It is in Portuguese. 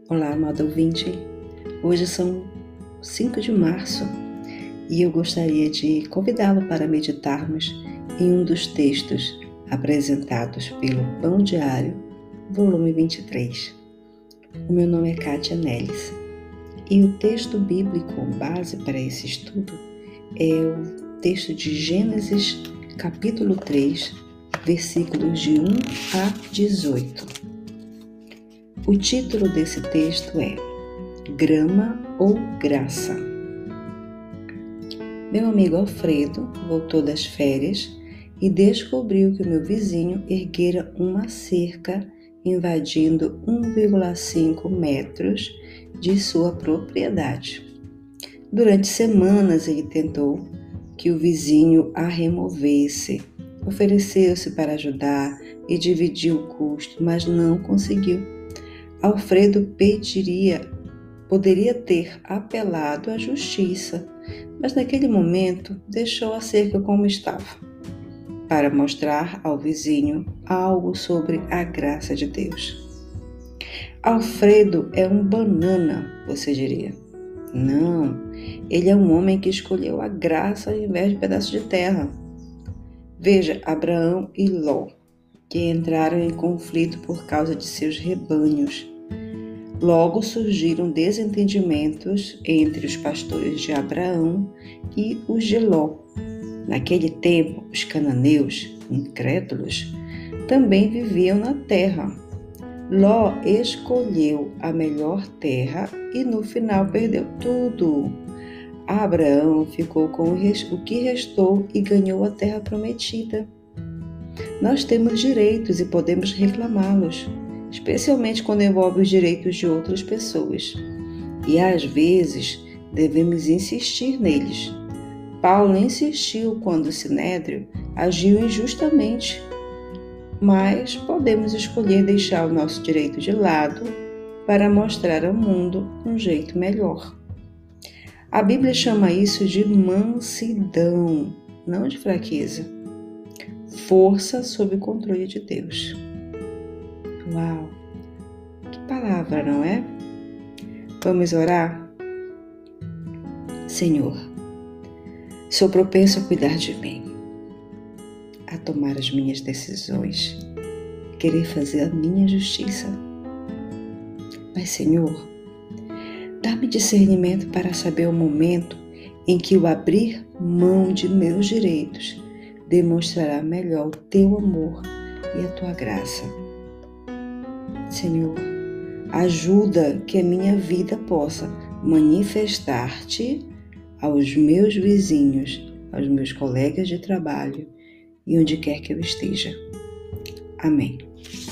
Olá, amado ouvinte. Hoje são 5 de março e eu gostaria de convidá-lo para meditarmos em um dos textos apresentados pelo Pão Diário, volume 23. O meu nome é Kátia Nelis e o texto bíblico base para esse estudo é o texto de Gênesis, capítulo 3, versículos de 1 a 18. O título desse texto é Grama ou Graça. Meu amigo Alfredo voltou das férias e descobriu que o meu vizinho erguera uma cerca invadindo 1,5 metros de sua propriedade. Durante semanas ele tentou que o vizinho a removesse, ofereceu-se para ajudar e dividir o custo, mas não conseguiu. Alfredo poderia ter apelado à justiça, mas naquele momento deixou a cerca como estava, para mostrar ao vizinho algo sobre a graça de Deus. Alfredo é um banana, você diria. Não, ele é um homem que escolheu a graça ao invés de pedaço de terra. Veja Abraão e Ló, que entraram em conflito por causa de seus rebanhos. Logo surgiram desentendimentos entre os pastores de Abraão e os de Ló. Naquele tempo, os cananeus, incrédulos, também viviam na terra. Ló escolheu a melhor terra e no final perdeu tudo. Abraão ficou com o que restou e ganhou a terra prometida. Nós temos direitos e podemos reclamá-los, especialmente quando envolve os direitos de outras pessoas. E às vezes devemos insistir neles. Paulo insistiu quando o Sinédrio agiu injustamente, mas podemos escolher deixar o nosso direito de lado para mostrar ao mundo um jeito melhor. A Bíblia chama isso de mansidão, não de fraqueza. Força sob o controle de Deus. Uau! Que palavra, não é? Vamos orar? Senhor, sou propenso a cuidar de mim, a tomar as minhas decisões, querer fazer a minha justiça. Mas, Senhor, dá-me discernimento para saber o momento em que o abrir mão de meus direitos demonstrará melhor o teu amor e a tua graça. Senhor, ajuda que a minha vida possa manifestar-te aos meus vizinhos, aos meus colegas de trabalho e onde quer que eu esteja. Amém.